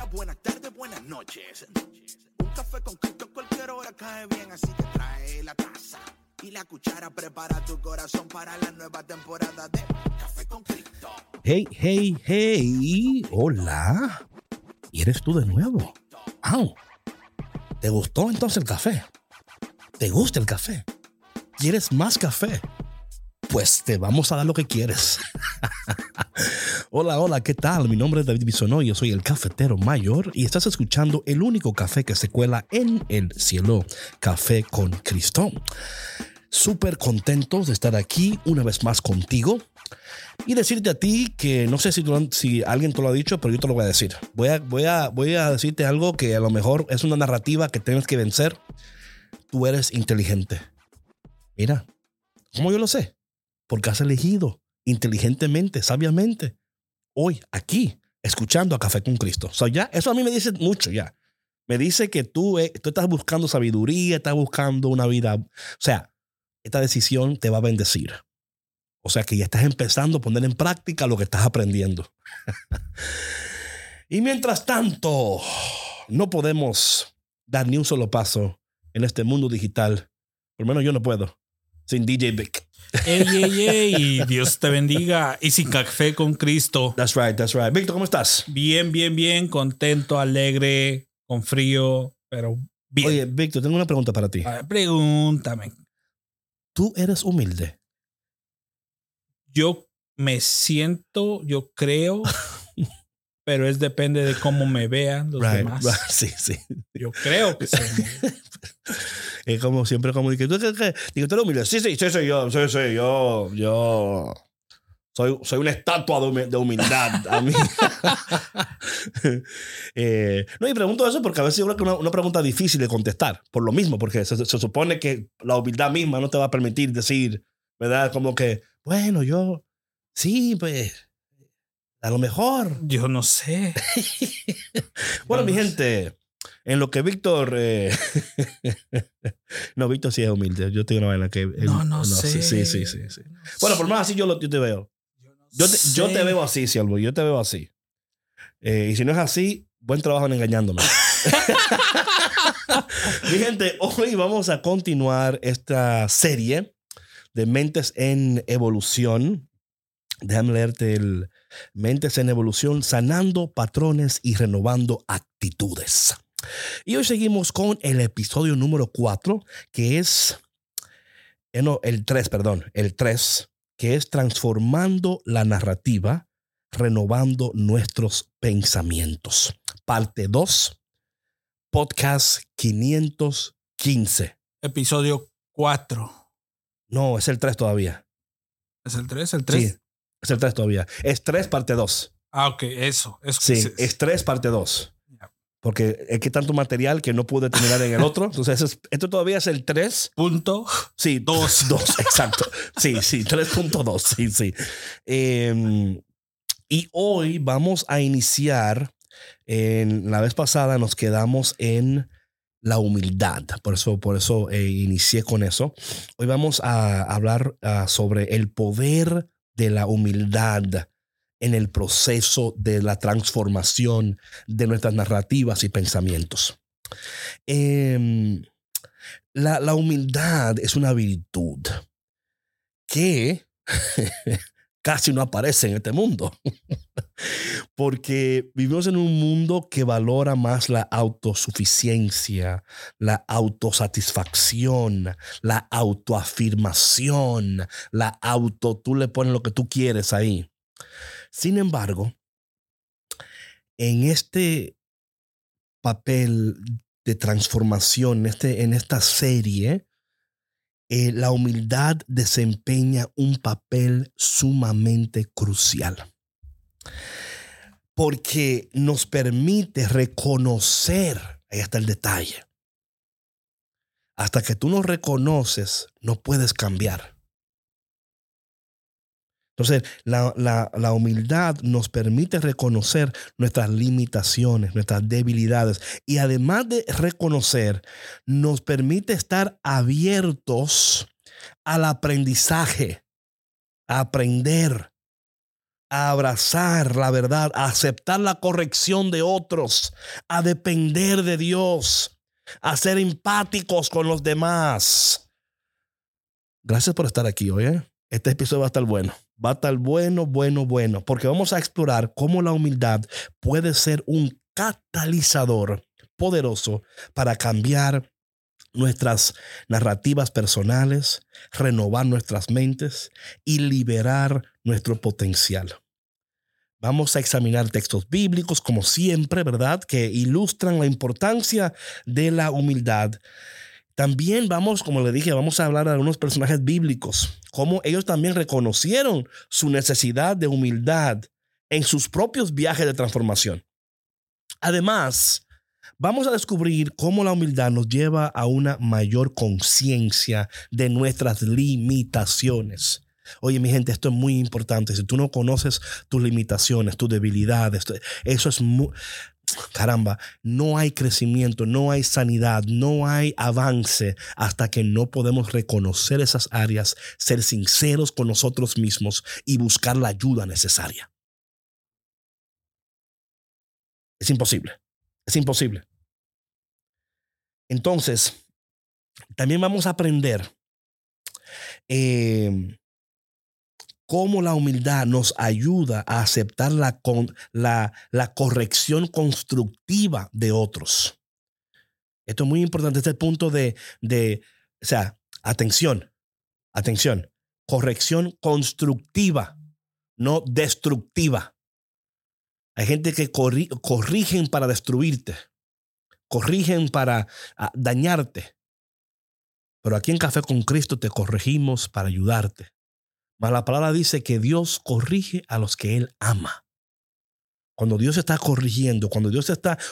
buenas tardes, buenas noches. Un café con Cristo en cualquier hora cae bien, así que trae la taza y la cuchara. Prepara tu corazón para la nueva temporada de Café con Cristo. Hey, hey, hey, hola. ¿Y eres tú de nuevo? ¡Au! ¿Te gustó entonces el café? ¿Te gusta el café? ¿Quieres más café? Pues te vamos a dar lo que quieres. Hola, hola, ¿qué tal? Mi nombre es David Bisonó, yo soy el cafetero mayor y estás escuchando el único café que se cuela en el cielo, Café con Cristo. Súper contentos de estar aquí una vez más contigo y decirte a ti que no sé si alguien te lo ha dicho, pero yo te lo voy a decir. Voy a decirte algo que a lo mejor es una narrativa que tienes que vencer. Tú eres inteligente. Mira, ¿cómo yo lo sé? Porque has elegido inteligentemente, sabiamente, hoy, aquí, escuchando a Café con Cristo. So, ya, eso a mí me dice mucho ya. Me dice que tú estás buscando sabiduría, estás buscando una vida. O sea, esta decisión te va a bendecir. O sea que ya estás empezando a poner en práctica lo que estás aprendiendo. Y mientras tanto, no podemos dar ni un solo paso en este mundo digital. Por lo menos yo no puedo. Sin DJ Vic. Ey, Dios te bendiga. Y sin Café con Cristo. That's right. Víctor, ¿cómo estás? Bien, contento, alegre, con frío, pero bien. Oye, Víctor, tengo una pregunta para ti. A ver, pregúntame. ¿Tú eres humilde? Yo me siento, yo creo, pero depende de cómo me vean los demás. Sí. Yo creo que sí. Es como siempre, como digo, ¿tú eres humilde? Sí, soy yo. Soy una estatua de humildad. A mí. No, y pregunto eso porque a veces yo creo que una pregunta difícil de contestar. Por lo mismo, porque se supone que la humildad misma no te va a permitir decir, ¿verdad? Como que, bueno, yo, sí, pues, a lo mejor. Yo no sé. Bueno, mi gente, en lo que Víctor... No, Víctor sí es humilde. Yo tengo una vaina que... No sé. Sí. Bueno, por lo menos así yo te veo. Yo te veo así, Silvo. Yo te veo así. Y si no es así, buen trabajo en engañándome. Mi gente, hoy vamos a continuar esta serie de Mentes en Evolución. Déjame leerte el Mentes en Evolución, sanando patrones y renovando actitudes. Y hoy seguimos con el episodio número 4, que es... el 3, que es transformando la narrativa, renovando nuestros pensamientos. Parte 2, podcast 515. Episodio 4. No, es el 3 todavía. ¿Es el 3? ¿El 3? Sí, es el 3 todavía. Es 3 parte 2. Ah, ok, eso. Sí, es 3 parte 2. Porque es que tanto material que no pude terminar en el otro. Entonces, esto todavía es el 3. Punto. Sí, 2, exacto. Sí, 3.2. Sí. Y hoy vamos a iniciar. La vez pasada nos quedamos en la humildad. Por eso inicié con eso. Hoy vamos a hablar sobre el poder de la humildad en el proceso de la transformación de nuestras narrativas y pensamientos. La humildad es una virtud que casi no aparece en este mundo. Porque vivimos en un mundo que valora más la autosuficiencia, la autosatisfacción, la autoafirmación, tú le pones lo que tú quieres ahí. Sin embargo, en este papel de transformación, en esta serie, la humildad desempeña un papel sumamente crucial. Porque nos permite reconocer, ahí está el detalle. Hasta que tú no reconoces, no puedes cambiar. Entonces, la humildad nos permite reconocer nuestras limitaciones, nuestras debilidades. Y además de reconocer, nos permite estar abiertos al aprendizaje, a aprender. a abrazar la verdad, a aceptar la corrección de otros, a depender de Dios, a ser empáticos con los demás. Gracias por estar aquí hoy. Este episodio va a estar bueno. Va a estar bueno, porque vamos a explorar cómo la humildad puede ser un catalizador poderoso para cambiar nuestras narrativas personales, renovar nuestras mentes y liberar nuestro potencial. Vamos a examinar textos bíblicos, como siempre, ¿verdad?, que ilustran la importancia de la humildad. También como le dije, vamos a hablar de algunos personajes bíblicos, cómo ellos también reconocieron su necesidad de humildad en sus propios viajes de transformación. Además, vamos a descubrir cómo la humildad nos lleva a una mayor conciencia de nuestras limitaciones. Oye, mi gente, esto es muy importante. Si tú no conoces tus limitaciones, tus debilidades, eso es muy... Caramba, no hay crecimiento, no hay sanidad, no hay avance hasta que no podemos reconocer esas áreas, ser sinceros con nosotros mismos y buscar la ayuda necesaria. Es imposible. Entonces, también vamos a aprender cómo la humildad nos ayuda a aceptar la corrección constructiva de otros. Esto es muy importante, este punto atención, corrección constructiva, no destructiva. Hay gente que corrigen para destruirte, corrigen para dañarte. Pero aquí en Café con Cristo te corregimos para ayudarte. Mas la palabra dice que Dios corrige a los que Él ama. Cuando Dios está corrigiendo, cuando Dios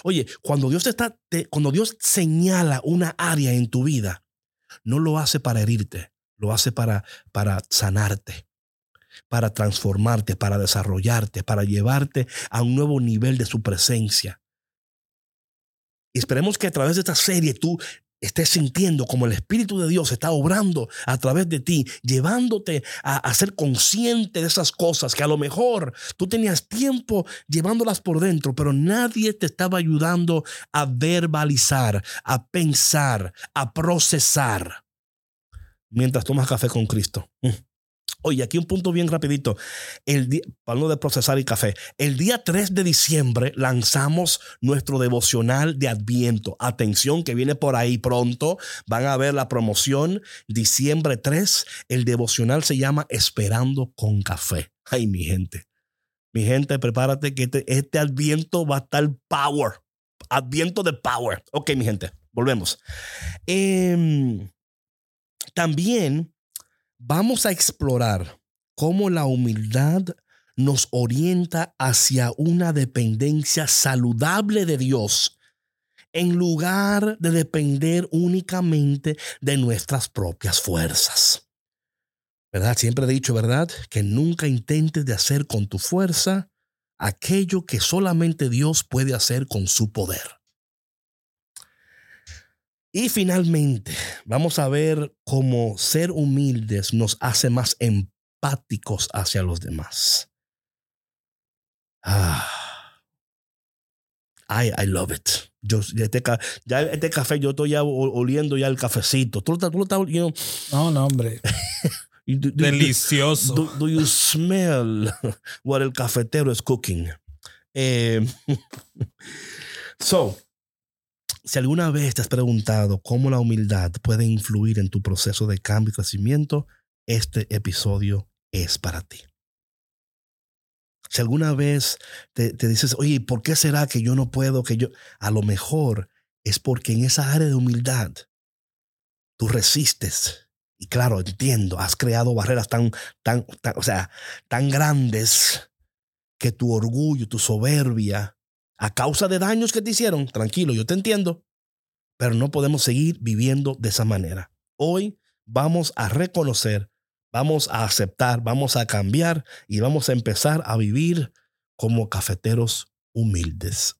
señala una área en tu vida, no lo hace para herirte, lo hace para sanarte, para transformarte, para desarrollarte, para llevarte a un nuevo nivel de su presencia. Y esperemos que a través de esta serie tú estés sintiendo como el Espíritu de Dios está obrando a través de ti, llevándote a ser consciente de esas cosas que a lo mejor tú tenías tiempo llevándolas por dentro, pero nadie te estaba ayudando a verbalizar, a pensar, a procesar mientras tomas café con Cristo. Oye, aquí un punto bien rapidito. Hablando de procesar y café. El día 3 de diciembre lanzamos nuestro devocional de Adviento. Atención, que viene por ahí pronto. Van a ver la promoción. Diciembre 3. El devocional se llama Esperando con Café. Ay, mi gente. Mi gente, prepárate que este Adviento va a estar power. Adviento de power. Ok, mi gente. Volvemos. También vamos a explorar cómo la humildad nos orienta hacia una dependencia saludable de Dios en lugar de depender únicamente de nuestras propias fuerzas. ¿Verdad? Siempre he dicho, ¿verdad?, que nunca intentes de hacer con tu fuerza aquello que solamente Dios puede hacer con su poder. Y finalmente, vamos a ver cómo ser humildes nos hace más empáticos hacia los demás. I love it. Este café, yo estoy ya oliendo ya el cafecito. ¿Tú lo estás oliendo? No, hombre. Delicioso. Do you smell what el cafetero is cooking? Si alguna vez te has preguntado cómo la humildad puede influir en tu proceso de cambio y crecimiento, este episodio es para ti. Si alguna vez te dices, oye, ¿por qué será que yo no puedo? A lo mejor es porque en esa área de humildad tú resistes. Y claro, entiendo, has creado barreras tan grandes que tu orgullo, tu soberbia, a causa de daños que te hicieron, tranquilo, yo te entiendo, pero no podemos seguir viviendo de esa manera. Hoy vamos a reconocer, vamos a aceptar, vamos a cambiar y vamos a empezar a vivir como cafeteros humildes.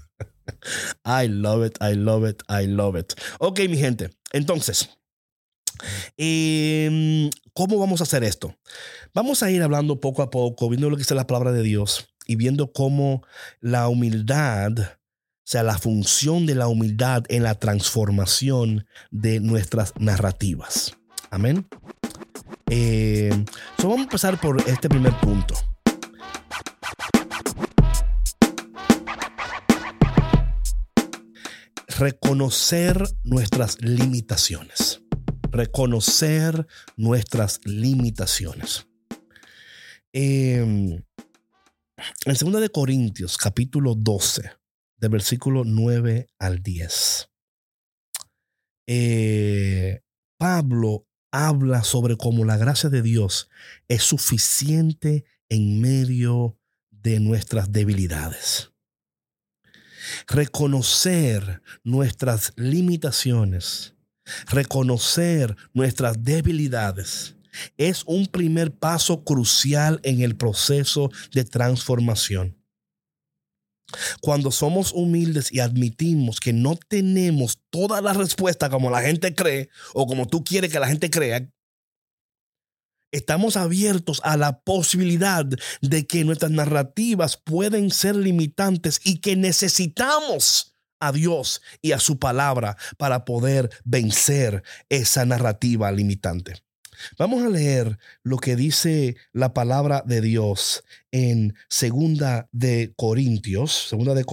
I love it. Ok, mi gente. Entonces, ¿Cómo vamos a hacer esto? Vamos a ir hablando poco a poco, viendo lo que dice la palabra de Dios y viendo cómo la humildad, o sea, la función de la humildad en la transformación de nuestras narrativas. Amén. Vamos a empezar por este primer punto. Reconocer nuestras limitaciones. Reconocer nuestras limitaciones. En 2 de Corintios, capítulo 12, del versículo 9 al 10, Pablo habla sobre cómo la gracia de Dios es suficiente en medio de nuestras debilidades. Reconocer nuestras limitaciones, reconocer nuestras debilidades, es un primer paso crucial en el proceso de transformación. Cuando somos humildes y admitimos que no tenemos toda la respuesta como la gente cree o como tú quieres que la gente crea, estamos abiertos a la posibilidad de que nuestras narrativas pueden ser limitantes y que necesitamos a Dios y a su palabra para poder vencer esa narrativa limitante. Vamos a leer lo que dice la palabra de Dios en 2 de Corintios.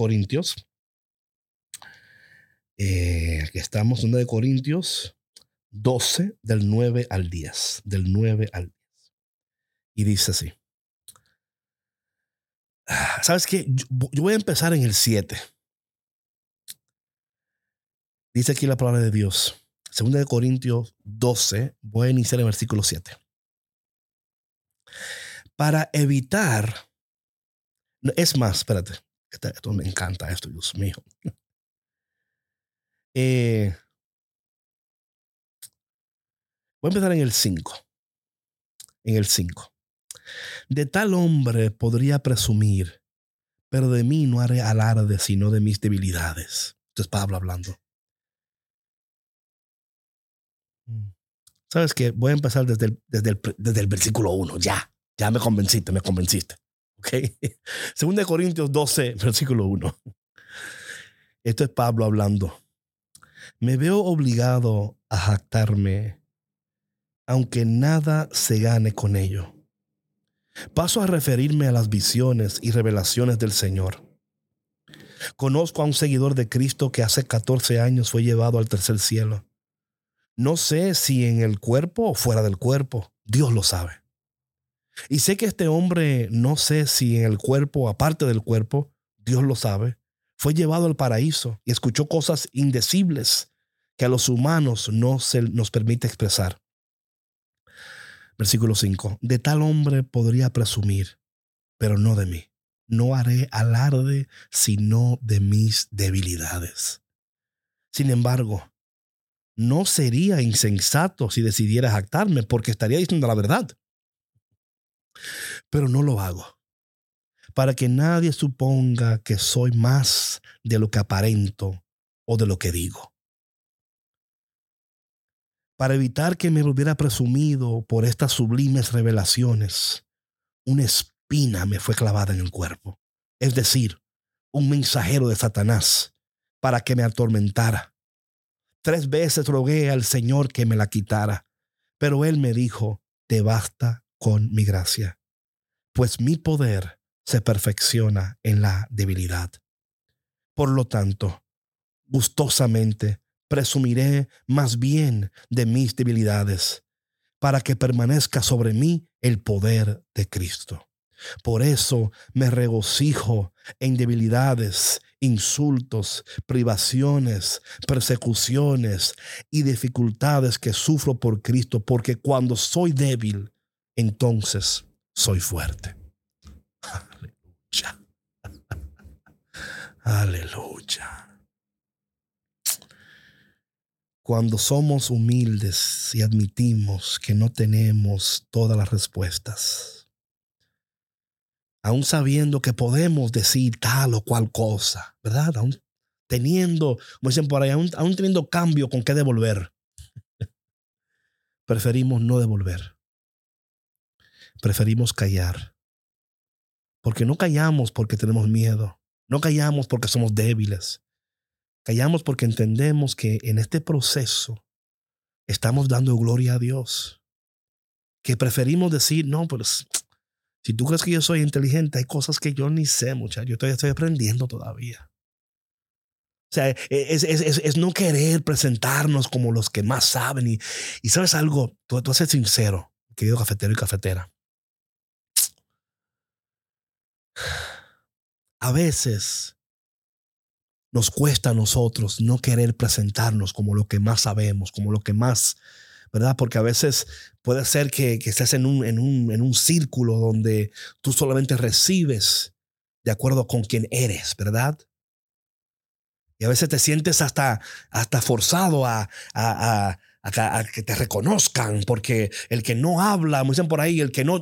Aquí estamos, 2 de Corintios 12, del 9 al 10. Del 9 al 10. Y dice así. ¿Sabes qué? Yo voy a empezar en el 7. Dice aquí la palabra de Dios. 2 de Corintios 12, voy a iniciar en el versículo 7. Para evitar, es más, espérate, esto me encanta, esto, Dios mío. Voy a empezar en el 5. En el 5. De tal hombre podría presumir, pero de mí no haré alarde sino de mis debilidades. Esto es Pablo hablando. ¿Sabes qué? Voy a empezar desde el versículo 1. Ya me convenciste. ¿Ok? 2 de Corintios 12, versículo 1. Esto es Pablo hablando. Me veo obligado a jactarme, aunque nada se gane con ello. Paso a referirme a las visiones y revelaciones del Señor. Conozco a un seguidor de Cristo que hace 14 años fue llevado al tercer cielo. No sé si en el cuerpo o fuera del cuerpo. Dios lo sabe. Y sé que este hombre, no sé si en el cuerpo o aparte del cuerpo, Dios lo sabe, fue llevado al paraíso y escuchó cosas indecibles que a los humanos no se nos permite expresar. Versículo 5. De tal hombre podría presumir, pero no de mí. No haré alarde sino de mis debilidades. Sin embargo, no sería insensato si decidiera jactarme, porque estaría diciendo la verdad. Pero no lo hago, para que nadie suponga que soy más de lo que aparento o de lo que digo. Para evitar que me volviera presumido por estas sublimes revelaciones, una espina me fue clavada en el cuerpo, es decir, un mensajero de Satanás para que me atormentara. 3 veces rogué al Señor que me la quitara, pero Él me dijo, te basta con mi gracia, pues mi poder se perfecciona en la debilidad. Por lo tanto, gustosamente presumiré más bien de mis debilidades, para que permanezca sobre mí el poder de Cristo. Por eso me regocijo en debilidades, insultos, privaciones, persecuciones y dificultades que sufro por Cristo, porque cuando soy débil, entonces soy fuerte. Aleluya. Aleluya. Cuando somos humildes y admitimos que no tenemos todas las respuestas, aún sabiendo que podemos decir tal o cual cosa, ¿verdad? Aún teniendo, como dicen por ahí, aún teniendo cambio con qué devolver. preferimos no devolver. Preferimos callar. Porque no callamos porque tenemos miedo. No callamos porque somos débiles. Callamos porque entendemos que en este proceso estamos dando gloria a Dios. Que preferimos decir, no, pues si tú crees que yo soy inteligente, hay cosas que yo ni sé, muchacho. Yo estoy aprendiendo todavía. O sea, es no querer presentarnos como los que más saben. Y ¿sabes algo? Tú vas a ser sincero, querido cafetero y cafetera. A veces nos cuesta a nosotros no querer presentarnos como lo que más sabemos, como lo que más, ¿verdad? Porque a veces puede ser que estés en un círculo donde tú solamente recibes de acuerdo con quién eres, ¿verdad? Y a veces te sientes hasta forzado a que te reconozcan, porque el que no habla, como dicen por ahí, el que no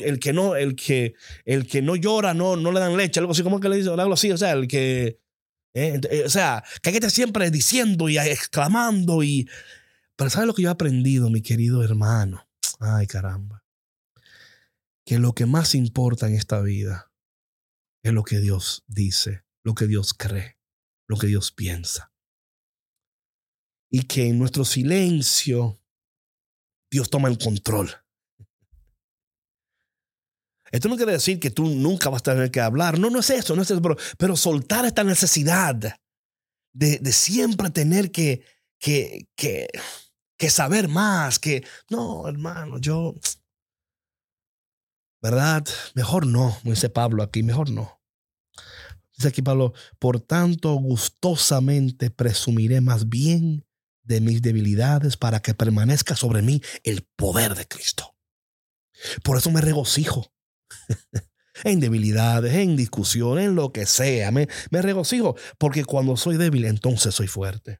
llora, no le dan leche, algo así, como que le dicen, algo así, o sea, el que, o sea, que hay que estar siempre diciendo y exclamando pero ¿sabes lo que yo he aprendido, mi querido hermano? Ay, caramba. Que lo que más importa en esta vida es lo que Dios dice, lo que Dios cree, lo que Dios piensa. Y que en nuestro silencio Dios toma el control. Esto no quiere decir que tú nunca vas a tener que hablar. No es eso, pero soltar esta necesidad de siempre tener que saber más, no, hermano, ¿verdad? Mejor no, me dice Pablo aquí, mejor no. Dice aquí Pablo, por tanto, gustosamente presumiré más bien de mis debilidades para que permanezca sobre mí el poder de Cristo. Por eso me regocijo en debilidades, en discusiones, en lo que sea. Me regocijo porque cuando soy débil, entonces soy fuerte.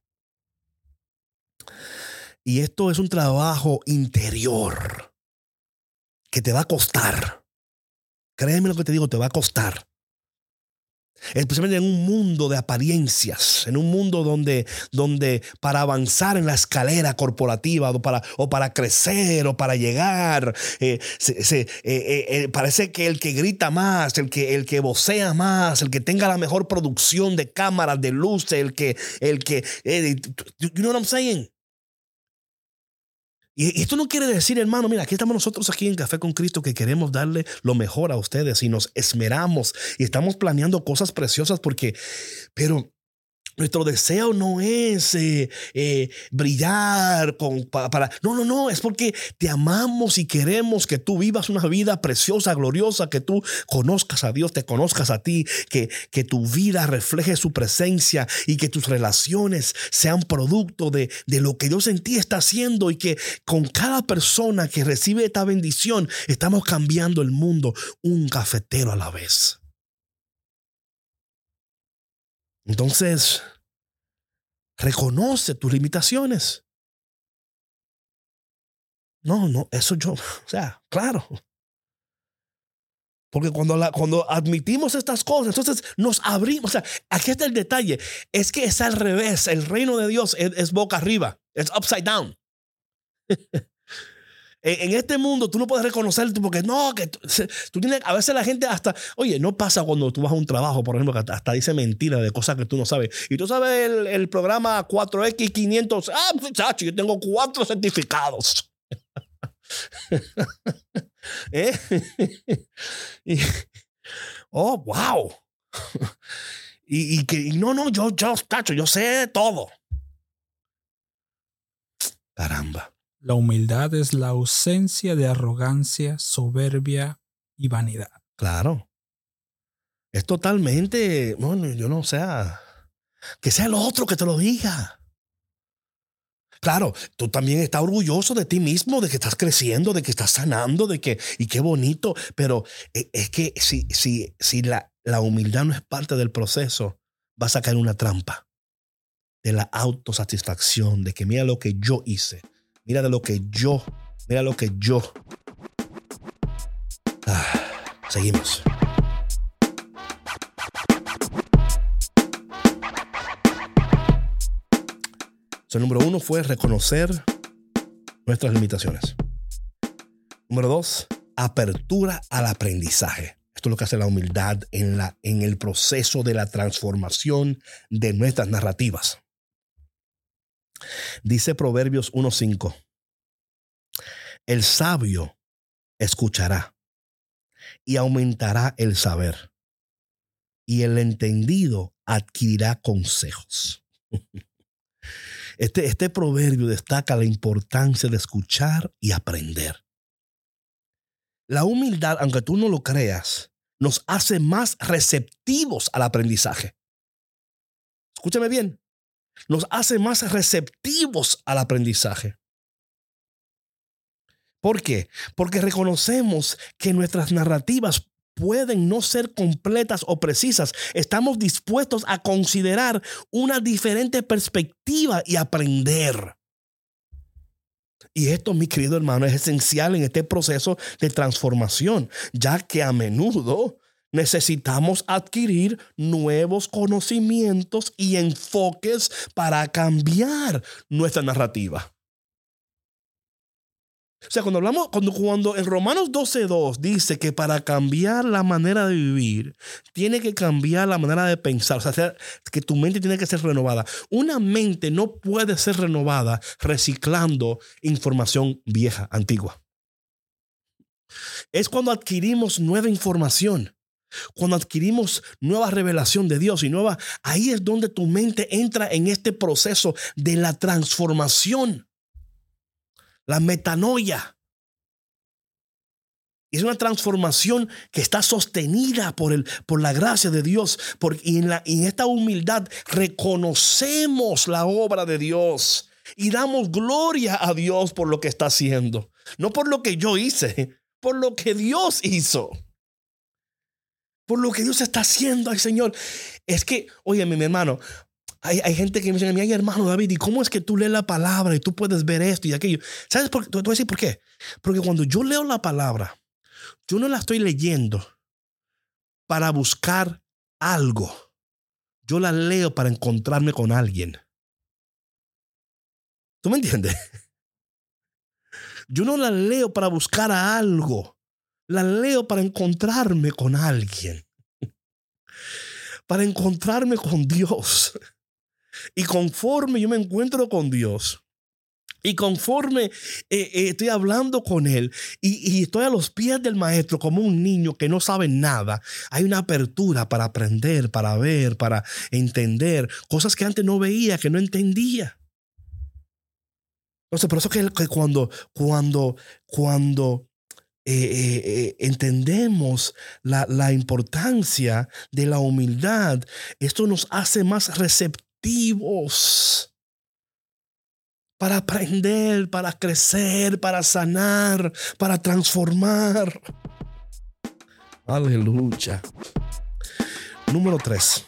Y esto es un trabajo interior que te va a costar. Créeme lo que te digo, te va a costar. Especialmente en un mundo de apariencias, en un mundo donde para avanzar en la escalera corporativa o para crecer o para llegar, parece que el que grita más, el que vocea más, el que tenga la mejor producción de cámaras, de luces, you know what I'm saying? Y esto no quiere decir, hermano, mira, aquí estamos nosotros aquí en Café con Cristo que queremos darle lo mejor a ustedes y nos esmeramos y estamos planeando cosas preciosas pero nuestro deseo no es brillar No, es porque te amamos y queremos que tú vivas una vida preciosa, gloriosa, que tú conozcas a Dios, te conozcas a ti, que tu vida refleje su presencia y que tus relaciones sean producto de lo que Dios en ti está haciendo y que con cada persona que recibe esta bendición estamos cambiando el mundo un cafetero a la vez. Entonces, reconoce tus limitaciones. No, eso o sea, claro. Porque cuando admitimos estas cosas, entonces nos abrimos. O sea, aquí está el detalle. Es que es al revés. El reino de Dios es boca arriba. Es upside down. En este mundo tú no puedes reconocer porque no, que tú tienes, a veces la gente hasta, oye, no pasa cuando tú vas a un trabajo, por ejemplo, que hasta dice mentiras de cosas que tú no sabes. Y tú sabes el programa 4X500, muchacho, yo tengo 4 certificados. Oh, wow. Y no, yo sé todo. Caramba. La humildad es la ausencia de arrogancia, soberbia y vanidad. Claro. Es totalmente, bueno, yo no sé, que sea el otro que te lo diga. Claro, tú también estás orgulloso de ti mismo, de que estás creciendo, de que estás sanando, y qué bonito, pero es que si la humildad no es parte del proceso, vas a caer en una trampa de la autosatisfacción, de que mira lo que yo hice. Mira lo que yo. Seguimos. El número 1 fue reconocer nuestras limitaciones. Número 2, apertura al aprendizaje. Esto es lo que hace la humildad en el proceso de la transformación de nuestras narrativas. Dice Proverbios 1:5. El sabio escuchará y aumentará el saber, y el entendido adquirirá consejos. Este proverbio destaca la importancia de escuchar y aprender. La humildad, aunque tú no lo creas, nos hace más receptivos al aprendizaje. Escúchame bien, nos hace más receptivos al aprendizaje. ¿Por qué? Porque reconocemos que nuestras narrativas pueden no ser completas o precisas. Estamos dispuestos a considerar una diferente perspectiva y aprender. Y esto, mi querido hermano, es esencial en este proceso de transformación, ya que a menudo necesitamos adquirir nuevos conocimientos y enfoques para cambiar nuestra narrativa. O sea, cuando en Romanos 12:2 dice que para cambiar la manera de vivir, tiene que cambiar la manera de pensar. O sea, que tu mente tiene que ser renovada. Una mente no puede ser renovada reciclando información vieja, antigua. Es cuando adquirimos nueva información, cuando adquirimos nueva revelación de Dios ahí es donde tu mente entra en este proceso de la transformación. La metanoia. Es una transformación que está sostenida por la gracia de Dios. Y en esta humildad reconocemos la obra de Dios y damos gloria a Dios por lo que está haciendo. No por lo que yo hice, por lo que Dios hizo. Por lo que Dios está haciendo. Ay, Señor, es que, óyeme, mi hermano, hay gente que me dice, ay, hermano David, ¿y cómo es que tú lees la palabra y tú puedes ver esto y aquello? ¿Sabes por qué? Te voy a decir por qué. Porque cuando yo leo la palabra, yo no la estoy leyendo para buscar algo. Yo la leo para encontrarme con alguien. ¿Tú me entiendes? Yo no la leo para buscar a algo. La leo para encontrarme con alguien. Para encontrarme con Dios. Y conforme yo me encuentro con Dios y conforme estoy hablando con Él y estoy a los pies del maestro como un niño que no sabe nada, hay una apertura para aprender, para ver, para entender cosas que antes no veía, que no entendía. Entonces, por eso que cuando entendemos la importancia de la humildad, esto nos hace más receptivos para aprender, para crecer, para sanar, para transformar. Aleluya. Número 3.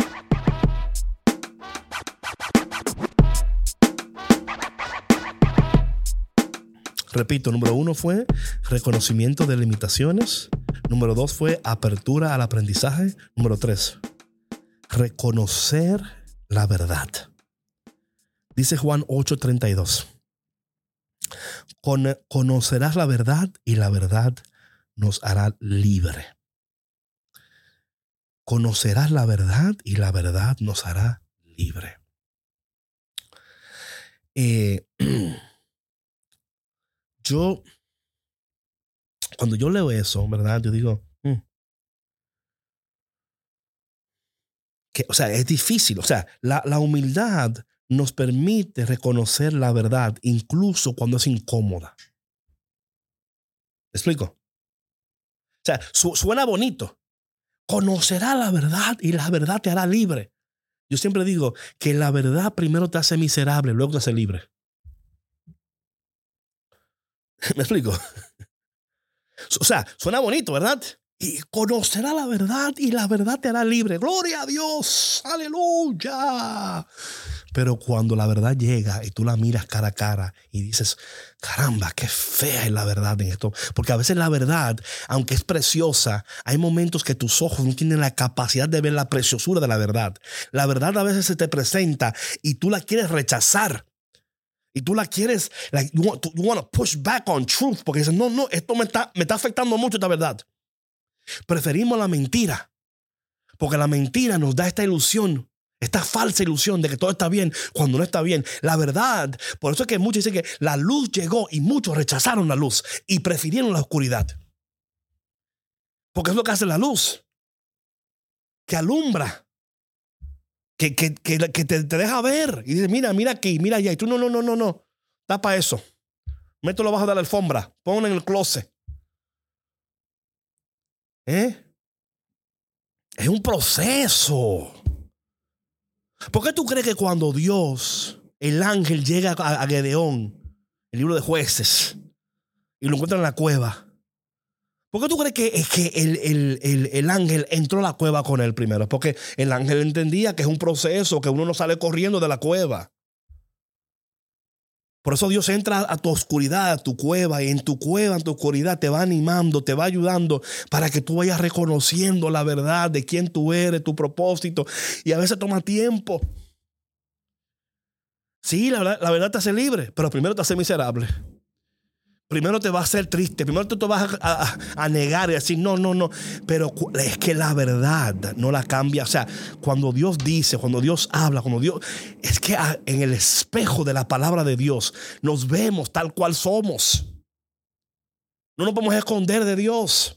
Repito, número 1 fue reconocimiento de limitaciones. Número 2 fue apertura al aprendizaje. Número 3, reconocer la verdad. Dice Juan 8:32. Conocerás la verdad y la verdad nos hará libre. Conocerás la verdad y la verdad nos hará libre. Cuando yo leo eso, ¿verdad? Yo digo, o sea, es difícil. O sea, la humildad nos permite reconocer la verdad incluso cuando es incómoda. ¿Me explico? O sea, suena bonito. Conocerá la verdad y la verdad te hará libre. Yo siempre digo que la verdad primero te hace miserable, luego te hace libre. ¿Me explico? O sea, suena bonito, ¿verdad? Y conocerá la verdad y la verdad te hará libre. ¡Gloria a Dios! ¡Aleluya! Pero cuando la verdad llega y tú la miras cara a cara y dices, caramba, qué fea es la verdad en esto. Porque a veces la verdad, aunque es preciosa, hay momentos que tus ojos no tienen la capacidad de ver la preciosura de la verdad. La verdad a veces se te presenta y tú la quieres rechazar. Y tú la quieres, like, you want to push back on truth, porque dices, no, esto me está afectando mucho esta verdad. Preferimos la mentira, porque la mentira nos da esta ilusión, esta falsa ilusión de que todo está bien cuando no está bien. La verdad, por eso es que muchos dicen que la luz llegó y muchos rechazaron la luz y prefirieron la oscuridad. Porque es lo que hace la luz, que alumbra, que te deja ver y dice, mira aquí, mira allá. Y tú no, tapa eso, mételo abajo de la alfombra, ponlo en el closet. Es un proceso. ¿Por qué tú crees que cuando Dios, el ángel, llega a Gedeón, el libro de Jueces, y lo encuentra en la cueva? ¿Por qué tú crees que el ángel entró a la cueva con él primero? Porque el ángel entendía que es un proceso, que uno no sale corriendo de la cueva. Por eso Dios entra a tu oscuridad, a tu cueva, y en tu cueva, en tu oscuridad, te va animando, te va ayudando para que tú vayas reconociendo la verdad de quién tú eres, tu propósito. Y a veces toma tiempo. Sí, la verdad te hace libre, pero primero te hace miserable. Primero te va a hacer triste, primero tú te vas a negar y decir no. Pero es que la verdad no la cambia. O sea, cuando Dios dice, cuando Dios habla, es que en el espejo de la palabra de Dios nos vemos tal cual somos. No nos podemos esconder de Dios.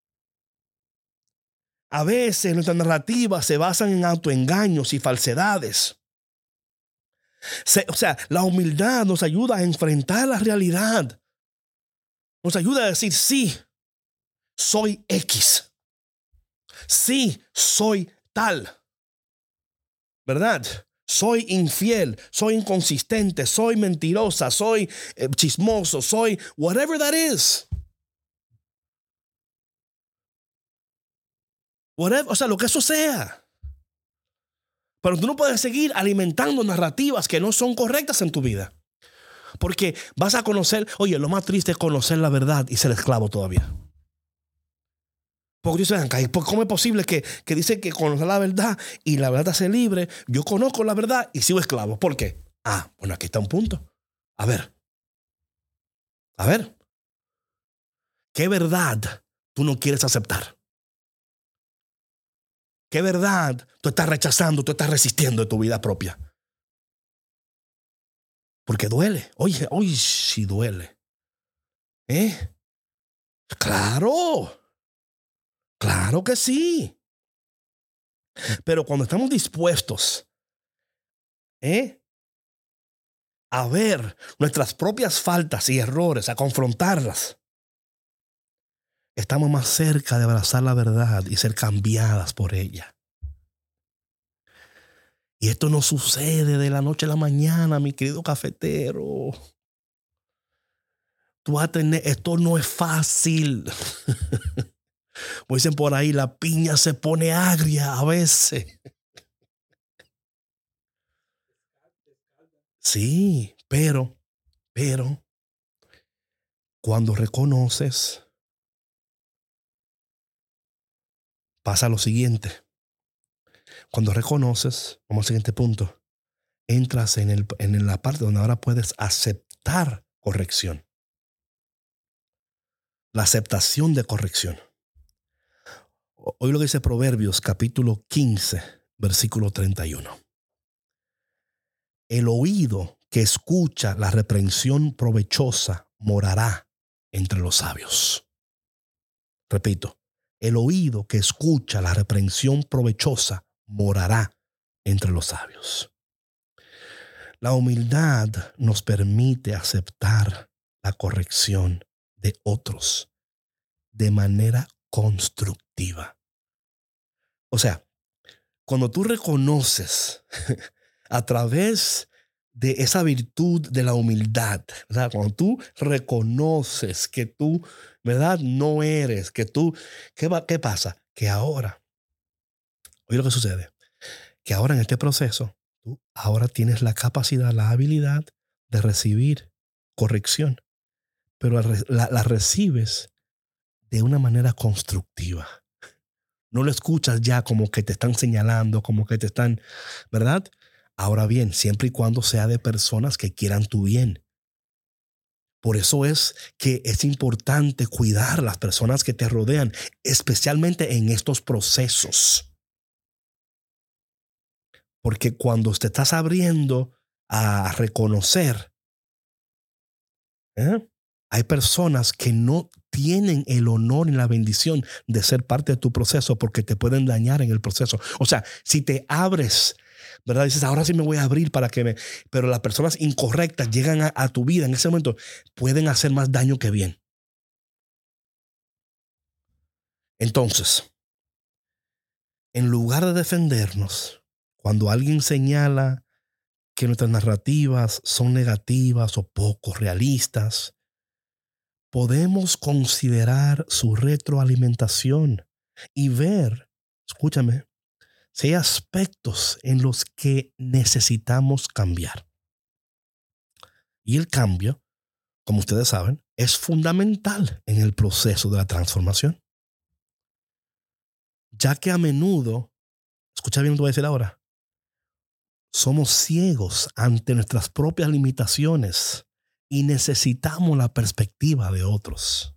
A veces nuestras narrativas se basan en autoengaños y falsedades. O sea, la humildad nos ayuda a enfrentar la realidad. Nos ayuda a decir, sí, soy X. Sí, soy tal. ¿Verdad? Soy infiel, soy inconsistente, soy mentirosa, soy chismoso, soy whatever that is. Whatever, o sea, lo que eso sea. Pero tú no puedes seguir alimentando narrativas que no son correctas en tu vida. Porque vas a conocer, oye, lo más triste es conocer la verdad y ser esclavo todavía. Porque dicen, ¿cómo es posible que dicen que conocer la verdad y la verdad te hace libre? Yo conozco la verdad y sigo esclavo. ¿Por qué? Bueno, aquí está un punto. A ver. ¿Qué verdad tú no quieres aceptar? ¿Qué verdad tú estás rechazando, tú estás resistiendo de tu vida propia? Porque duele. Oye, sí duele. Claro que sí. Pero cuando estamos dispuestos a ver nuestras propias faltas y errores, a confrontarlas, estamos más cerca de abrazar la verdad y ser cambiadas por ella. Y esto no sucede de la noche a la mañana, mi querido cafetero. Tú vas a tener, esto no es fácil. Como dicen por ahí, la piña se pone agria a veces. Sí, pero cuando reconoces, pasa lo siguiente. Cuando reconoces, vamos al siguiente punto, entras en la parte donde ahora puedes aceptar corrección. La aceptación de corrección. Hoy lo que dice Proverbios capítulo 15, versículo 31. El oído que escucha la reprensión provechosa morará entre los sabios. Repito, el oído que escucha la reprensión provechosa morará entre los sabios. La humildad nos permite aceptar la corrección de otros de manera constructiva. O sea, cuando tú reconoces a través de esa virtud de la humildad, ¿verdad? Cuando tú reconoces que tú, ¿verdad? No eres, que tú, ¿qué pasa? Que ahora, oye lo que sucede, que ahora en este proceso, tú ahora tienes la capacidad, la habilidad de recibir corrección, pero la recibes de una manera constructiva. No lo escuchas ya como que te están señalando, como que te están, ¿verdad? Ahora bien, siempre y cuando sea de personas que quieran tu bien. Por eso es que es importante cuidar a las personas que te rodean, especialmente en estos procesos. Porque cuando te estás abriendo a reconocer, hay personas que no tienen el honor y la bendición de ser parte de tu proceso porque te pueden dañar en el proceso. O sea, si te abres, ¿verdad? Dices, ahora sí me voy a abrir para que me... Pero las personas incorrectas llegan a tu vida en ese momento, pueden hacer más daño que bien. Entonces, en lugar de defendernos, cuando alguien señala que nuestras narrativas son negativas o poco realistas, podemos considerar su retroalimentación y ver, escúchame, si hay aspectos en los que necesitamos cambiar. Y el cambio, como ustedes saben, es fundamental en el proceso de la transformación. Ya que a menudo, escucha bien lo que voy a decir ahora, somos ciegos ante nuestras propias limitaciones y necesitamos la perspectiva de otros.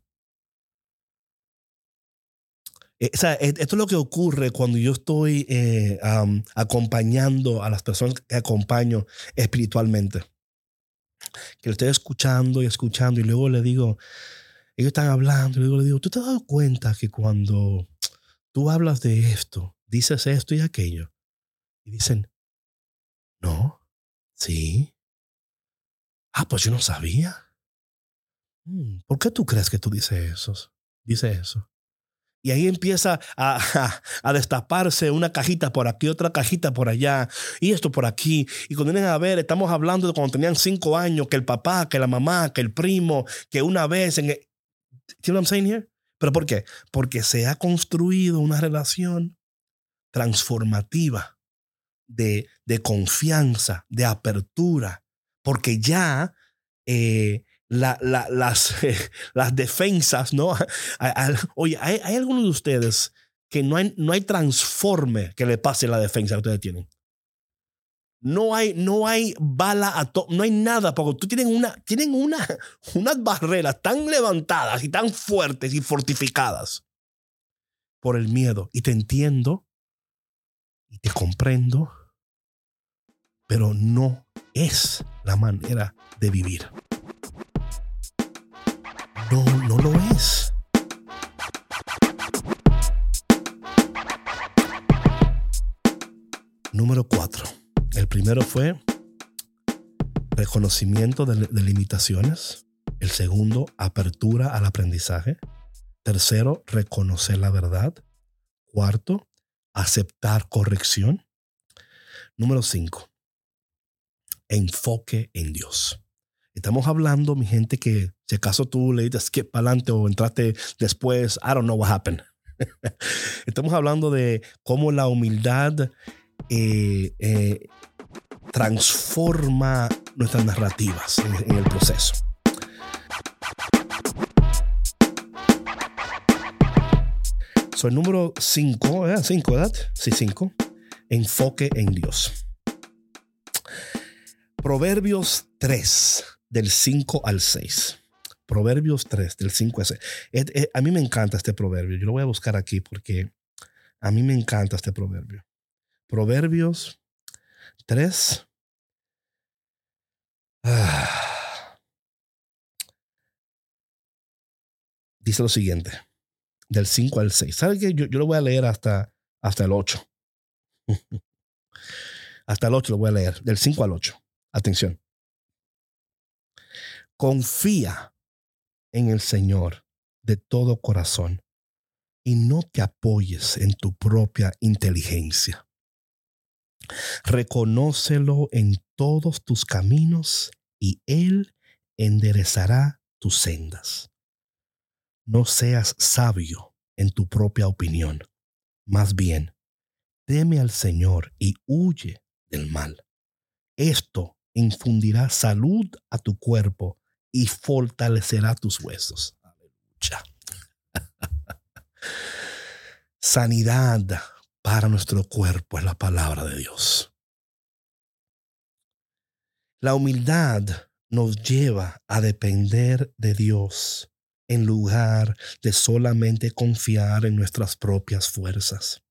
O sea, esto es lo que ocurre cuando yo estoy acompañando a las personas que acompaño espiritualmente. Que lo estoy escuchando y luego le digo, ellos están hablando y luego le digo, ¿tú te has dado cuenta que cuando tú hablas de esto, dices esto y aquello? Y dicen, no, sí. Ah, pues yo no sabía. ¿Por qué tú crees que tú dices eso? Dice eso. Y ahí empieza a destaparse una cajita por aquí, otra cajita por allá, y esto por aquí. Y cuando vienen a ver, estamos hablando de cuando tenían 5 años, que el papá, que la mamá, que el primo, que una vez en el... ¿See what I'm saying here? ¿Pero por qué? Porque se ha construido una relación transformativa de confianza, de apertura, porque ya las defensas, ¿no? Oye, ¿hay algunos de ustedes que no hay transforme que le pase la defensa que ustedes tienen? No hay bala no hay nada, porque tienen unas barreras tan levantadas y tan fuertes y fortificadas por el miedo. Y te entiendo y te comprendo, pero no es la manera de vivir. No lo es. Número 4. El primero fue reconocimiento de limitaciones. El segundo, apertura al aprendizaje. Tercero, reconocer la verdad. Cuarto, aceptar corrección. Número 5, enfoque en Dios. Estamos hablando, mi gente, que si acaso tú le diste skip para adelante o entraste después, I don't know what happened. Estamos hablando de cómo la humildad transforma nuestras narrativas en el proceso. El número 5, ¿verdad? Sí, 5. Enfoque en Dios. Proverbios 3, del 5 al 6. Proverbios 3, del 5 al 6. A mí me encanta este proverbio. Yo lo voy a buscar aquí porque a mí me encanta este proverbio. Proverbios 3. Dice lo siguiente. Del 5 al 6. ¿Sabe qué? Yo lo voy a leer hasta el 8. Hasta el 8 lo voy a leer. Del 5 al 8. Atención. Confía en el Señor de todo corazón y no te apoyes en tu propia inteligencia. Reconócelo en todos tus caminos y Él enderezará tus sendas. No seas sabio en tu propia opinión. Más bien, teme al Señor y huye del mal. Esto infundirá salud a tu cuerpo y fortalecerá tus huesos. Aleluya. Sanidad para nuestro cuerpo es la palabra de Dios. La humildad nos lleva a depender de Dios en lugar de solamente confiar en nuestras propias fuerzas.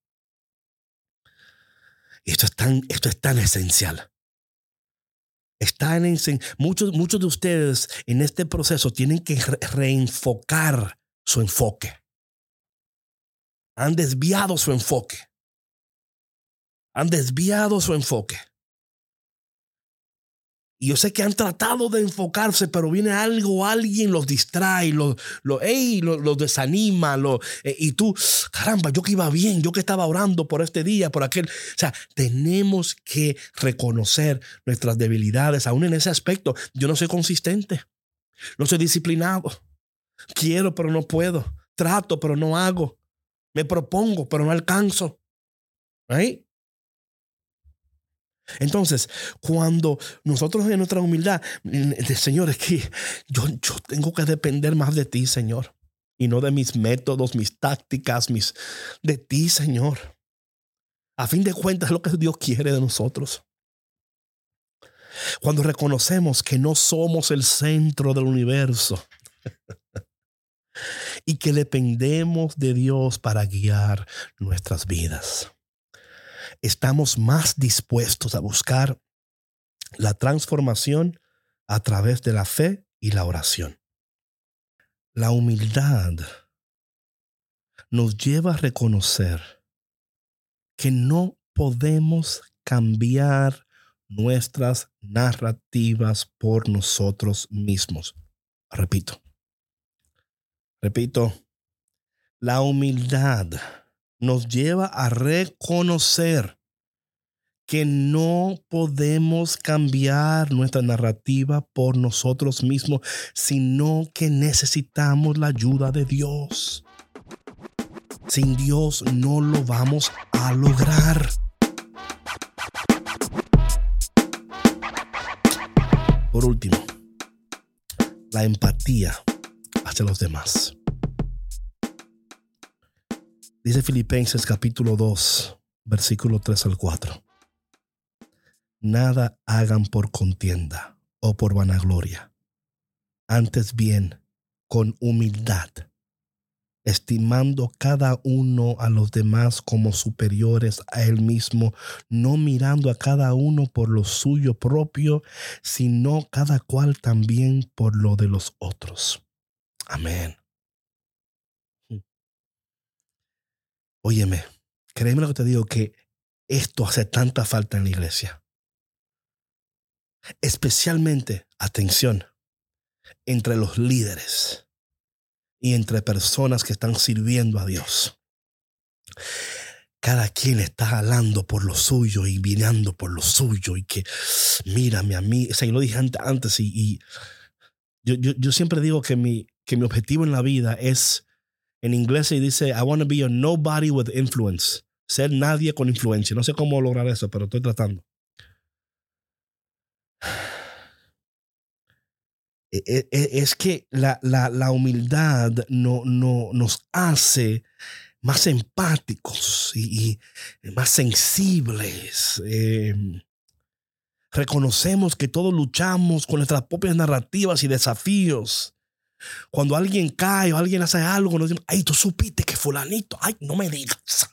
Y esto es tan esencial. Muchos de ustedes en este proceso tienen que reenfocar su enfoque. Han desviado su enfoque. Y yo sé que han tratado de enfocarse, pero viene alguien los distrae, los desanima, y tú, caramba, yo que iba bien, yo que estaba orando por este día, por aquel. O sea, tenemos que reconocer nuestras debilidades, aún en ese aspecto. Yo no soy consistente, no soy disciplinado. Quiero, pero no puedo. Trato, pero no hago. Me propongo, pero no alcanzo. ¿Right? Entonces, cuando nosotros en nuestra humildad, Señor, es que yo tengo que depender más de ti, Señor, y no de mis métodos, mis tácticas, de ti, Señor. A fin de cuentas, es lo que Dios quiere de nosotros. Cuando reconocemos que no somos el centro del universo y que dependemos de Dios para guiar nuestras vidas, estamos más dispuestos a buscar la transformación a través de la fe y la oración. La humildad nos lleva a reconocer que no podemos cambiar nuestras narrativas por nosotros mismos. Repito, la humildad nos lleva a reconocer que no podemos cambiar nuestra narrativa por nosotros mismos, sino que necesitamos la ayuda de Dios. Sin Dios no lo vamos a lograr. Por último, la empatía hacia los demás. Dice Filipenses capítulo 2, versículo 3 al 4. Nada hagan por contienda o por vanagloria. Antes bien, con humildad, estimando cada uno a los demás como superiores a él mismo, no mirando a cada uno por lo suyo propio, sino cada cual también por lo de los otros. Amén. Óyeme, créeme lo que te digo, que esto hace tanta falta en la iglesia. Especialmente, atención, entre los líderes y entre personas que están sirviendo a Dios. Cada quien está jalando por lo suyo y mirando por lo suyo, y que mírame a mí. O sea, yo lo dije antes y yo siempre digo que mi objetivo en la vida es, en inglés se dice, I want to be a nobody with influence. Ser nadie con influencia. No sé cómo lograr eso, pero estoy tratando. Es que la humildad nos hace más empáticos y más sensibles. Reconocemos que todos luchamos con nuestras propias narrativas y desafíos. Cuando alguien cae o alguien hace algo, nos decimos, ay, tú supiste que fulanito, ay, no me digas.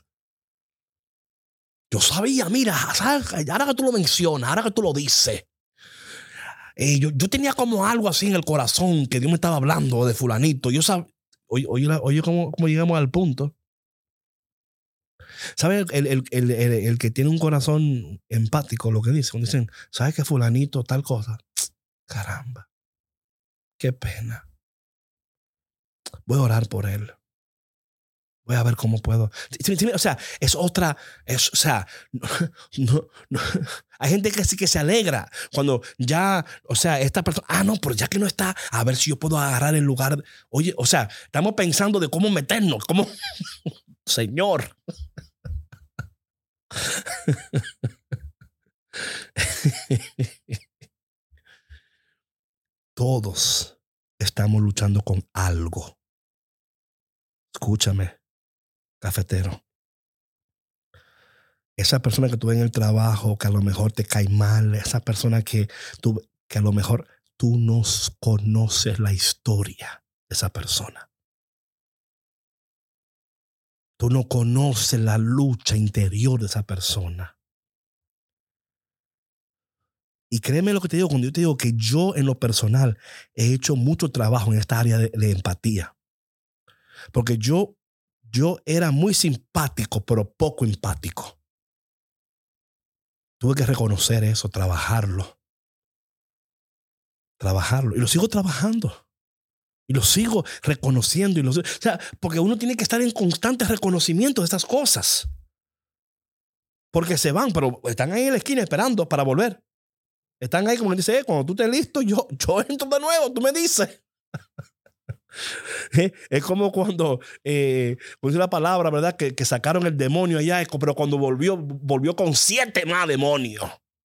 Yo sabía, mira, ahora que tú lo mencionas, ahora que tú lo dices. Yo tenía como algo así en el corazón que Dios me estaba hablando de fulanito. Yo sabía, oye cómo llegamos al punto. ¿Sabes? El que tiene un corazón empático, lo que dicen, ¿sabes que fulanito tal cosa? Caramba, qué pena. Voy a orar por él. Voy a ver cómo puedo. O sea, es otra. O sea, no. Hay gente que sí que se alegra cuando ya, o sea, esta persona, no, pero ya que no está, a ver si yo puedo agarrar el lugar. Oye, o sea, estamos pensando de cómo meternos, cómo. Señor. Todos estamos luchando con algo. Escúchame, cafetero. esa persona que tú ves en el trabajo, que a lo mejor te cae mal, esa persona que a lo mejor tú no conoces la historia de esa persona. Tú no conoces la lucha interior de esa persona. Y créeme lo que te digo, cuando yo te digo que yo en lo personal he hecho mucho trabajo en esta área de empatía. Porque yo era muy simpático, pero poco empático. Tuve que reconocer eso, trabajarlo. Y lo sigo trabajando. Y lo sigo reconociendo. O sea, porque uno tiene que estar en constante reconocimiento de estas cosas. Porque se van, pero están ahí en la esquina esperando para volver. Están ahí como que dice, cuando tú estés listo, yo entro de nuevo, tú me dices. Es como cuando dice la palabra, ¿verdad? Que sacaron el demonio allá, pero cuando volvió con 7 más demonios.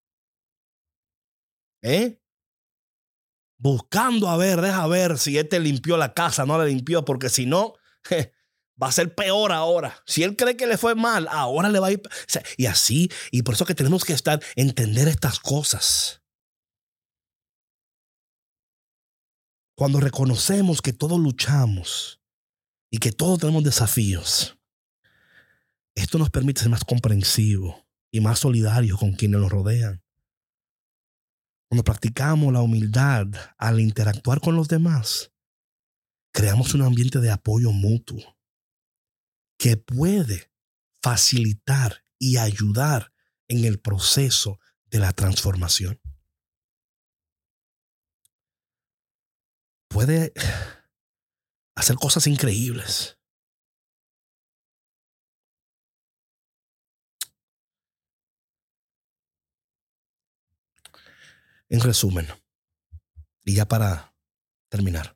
Buscando deja ver si limpió la casa, no la limpió, porque si no, va a ser peor ahora. Si él cree que le fue mal, ahora le va a ir. O sea, y así, y por eso que tenemos que entender estas cosas. Cuando reconocemos que todos luchamos y que todos tenemos desafíos, esto nos permite ser más comprensivos y más solidarios con quienes nos rodean. Cuando practicamos la humildad al interactuar con los demás, creamos un ambiente de apoyo mutuo que puede facilitar y ayudar en el proceso de la transformación. Puede hacer cosas increíbles. En resumen, y ya para terminar,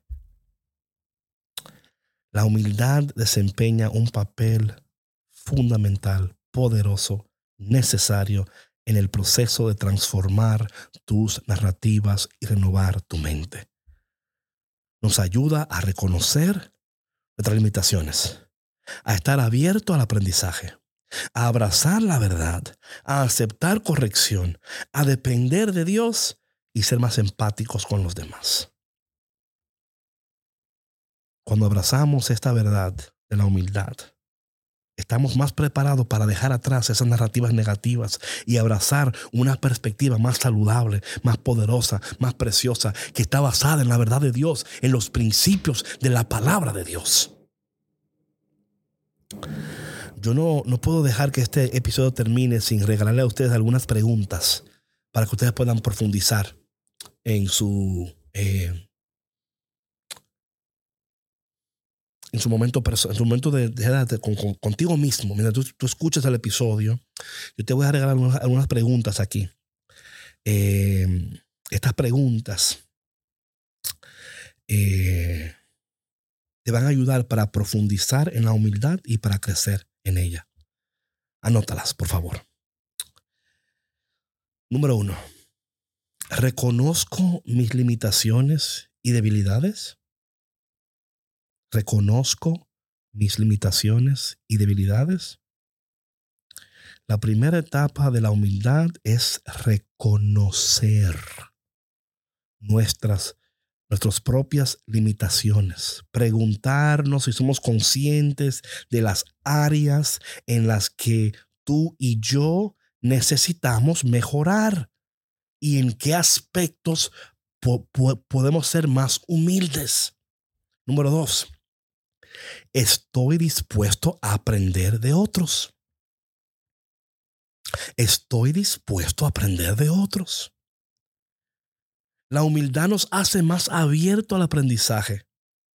la humildad desempeña un papel fundamental, poderoso, necesario en el proceso de transformar tus narrativas y renovar tu mente. Nos ayuda a reconocer nuestras limitaciones, a estar abierto al aprendizaje, a abrazar la verdad, a aceptar corrección, a depender de Dios y ser más empáticos con los demás. Cuando abrazamos esta verdad de la humildad, estamos más preparados para dejar atrás esas narrativas negativas y abrazar una perspectiva más saludable, más poderosa, más preciosa, que está basada en la verdad de Dios, en los principios de la palabra de Dios. Yo no puedo dejar que este episodio termine sin regalarle a ustedes algunas preguntas para que ustedes puedan profundizar en su momento contigo mismo. Mientras tú escuchas el episodio, yo te voy a regalar algunas preguntas aquí. Estas preguntas te van a ayudar para profundizar en la humildad y para crecer en ella. Anótalas, por favor. Número 1. ¿Reconozco mis limitaciones y debilidades? ¿Reconozco mis limitaciones y debilidades? La primera etapa de la humildad es reconocer nuestras propias limitaciones. Preguntarnos si somos conscientes de las áreas en las que tú y yo necesitamos mejorar y en qué aspectos podemos ser más humildes. Número 2. Estoy dispuesto a aprender de otros. Estoy dispuesto a aprender de otros. La humildad nos hace más abiertos al aprendizaje.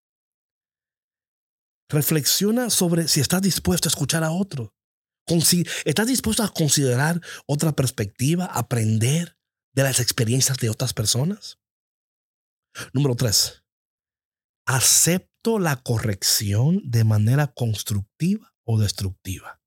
Reflexiona sobre si estás dispuesto a escuchar a otro. ¿Estás dispuesto a considerar otra perspectiva, aprender de las experiencias de otras personas? Número 3. ¿Acepto la corrección de manera constructiva o destructiva?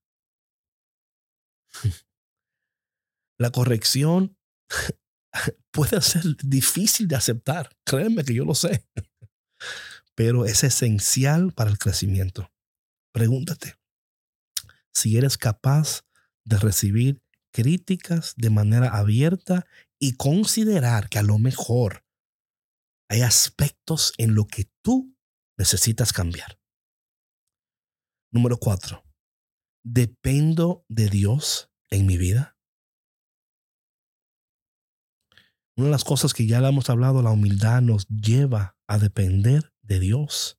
La corrección puede ser difícil de aceptar. Créeme que yo lo sé. Pero es esencial para el crecimiento. Pregúntate si eres capaz de recibir críticas de manera abierta y considerar que a lo mejor hay aspectos en lo que tú necesitas cambiar. Número 4. ¿Dependo de Dios en mi vida? Una de las cosas que ya le hemos hablado, la humildad nos lleva a depender de Dios,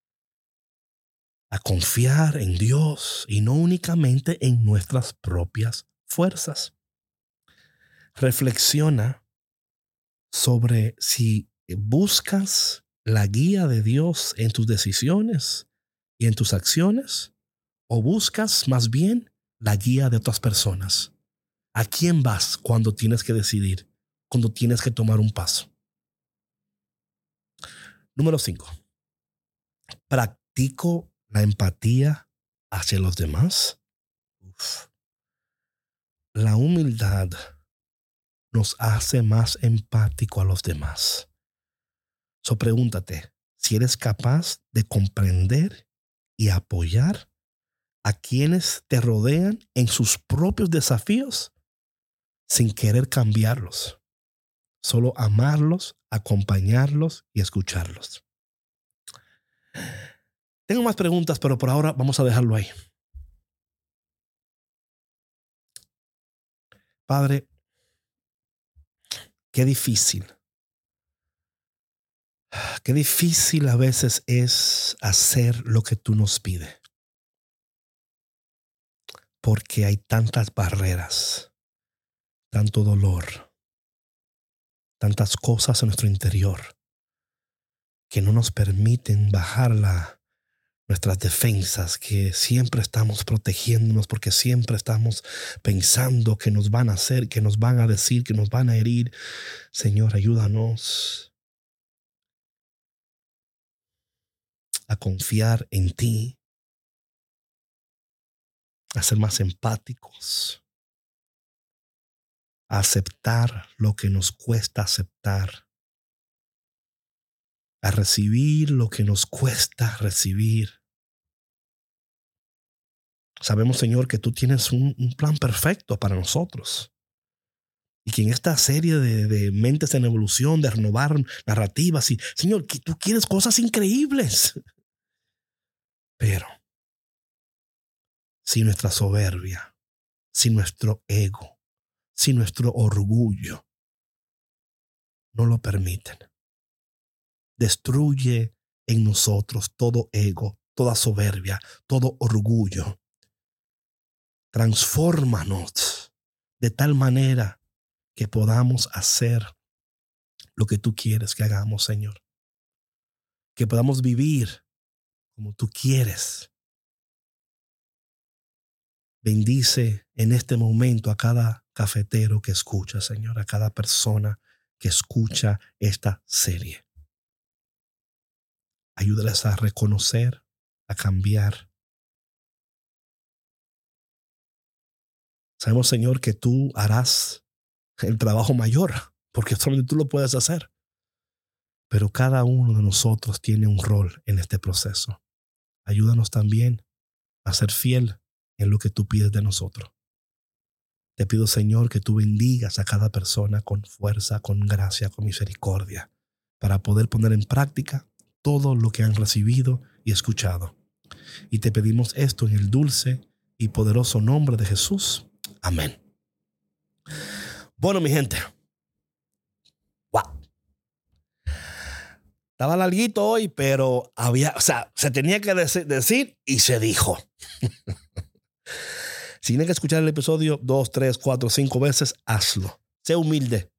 a confiar en Dios y no únicamente en nuestras propias fuerzas. Reflexiona sobre si buscas la guía de Dios en tus decisiones y en tus acciones, o buscas más bien la guía de otras personas. ¿A quién vas cuando tienes que decidir, cuando tienes que tomar un paso? Número 5. ¿Practico la empatía hacia los demás? La humildad nos hace más empático a los demás. So pregúntate si eres capaz de comprender y apoyar a quienes te rodean en sus propios desafíos sin querer cambiarlos. Solo amarlos, acompañarlos y escucharlos. Tengo más preguntas, pero por ahora vamos a dejarlo ahí. Padre, qué difícil a veces es hacer lo que tú nos pides. Porque hay tantas barreras, tanto dolor, tantas cosas en nuestro interior que no nos permiten bajar nuestras defensas, que siempre estamos protegiéndonos porque siempre estamos pensando que nos van a hacer, que nos van a decir, que nos van a herir. Señor, ayúdanos a confiar en ti, a ser más empáticos, a aceptar lo que nos cuesta aceptar, a recibir lo que nos cuesta recibir. Sabemos, Señor, que tú tienes un plan perfecto para nosotros y que en esta serie de mentes en evolución, de renovar narrativas, y Señor, que tú quieres cosas increíbles, pero si nuestra soberbia, si nuestro ego, si nuestro orgullo no lo permiten, destruye en nosotros todo ego, toda soberbia, todo orgullo. Transfórmanos de tal manera que podamos hacer lo que tú quieres que hagamos, Señor. Que podamos vivir como tú quieres. Bendice en este momento a cada cafetero que escucha, Señor, a cada persona que escucha esta serie. Ayúdales a reconocer, a cambiar. Sabemos, Señor, que tú harás el trabajo mayor, porque solamente tú lo puedes hacer. Pero cada uno de nosotros tiene un rol en este proceso. Ayúdanos también a ser fiel en lo que tú pides de nosotros. Te pido, Señor, que tú bendigas a cada persona con fuerza, con gracia, con misericordia, para poder poner en práctica todo lo que han recibido y escuchado. Y te pedimos esto en el dulce y poderoso nombre de Jesús. Amén. Bueno, mi gente. Wow. Estaba larguito hoy, pero se tenía que decir y se dijo. Si tienes que escuchar el episodio 2, 3, 4, 5 veces, hazlo. Sé humilde.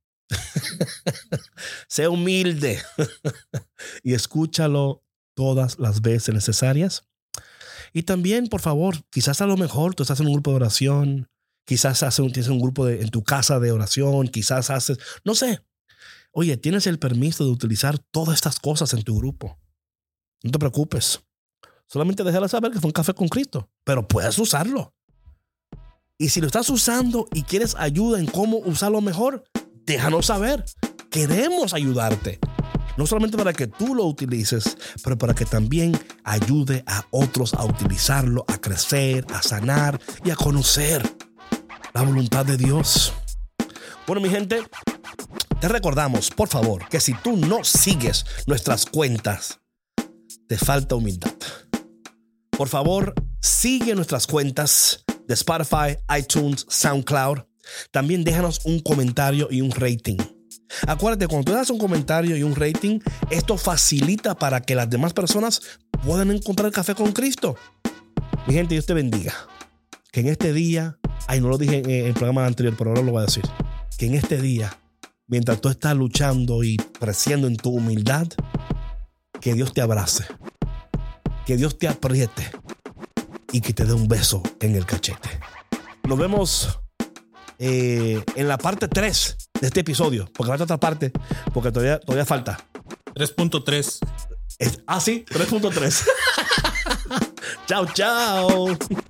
Sé humilde. Y escúchalo todas las veces necesarias. Y también, por favor, quizás a lo mejor tú estás en un grupo de oración, quizás tienes un grupo en tu casa de oración, quizás haces, no sé. Oye, tienes el permiso de utilizar todas estas cosas en tu grupo. No te preocupes. Solamente déjala saber que fue un café con Cristo, pero puedes usarlo. Y si lo estás usando y quieres ayuda en cómo usarlo mejor, déjanos saber. Queremos ayudarte. No solamente para que tú lo utilices, pero para que también ayude a otros a utilizarlo, a crecer, a sanar y a conocer la voluntad de Dios. Bueno, mi gente, te recordamos, por favor, que si tú no sigues nuestras cuentas, te falta humildad. Por favor, sigue nuestras cuentas de Spotify, iTunes, SoundCloud. También déjanos un comentario y un rating. Acuérdate, cuando tú das un comentario y un rating, esto facilita para que las demás personas puedan encontrar el Café con Cristo. Mi gente, Dios te bendiga. Que en este día, no lo dije en el programa anterior, pero ahora lo voy a decir. Que en este día, mientras tú estás luchando y creciendo en tu humildad, que Dios te abrace, que Dios te apriete y que te dé un beso en el cachete. Nos vemos en la parte 3 de este episodio, porque falta otra parte, porque todavía falta 3.3. Sí, 3.3. Chao, chao.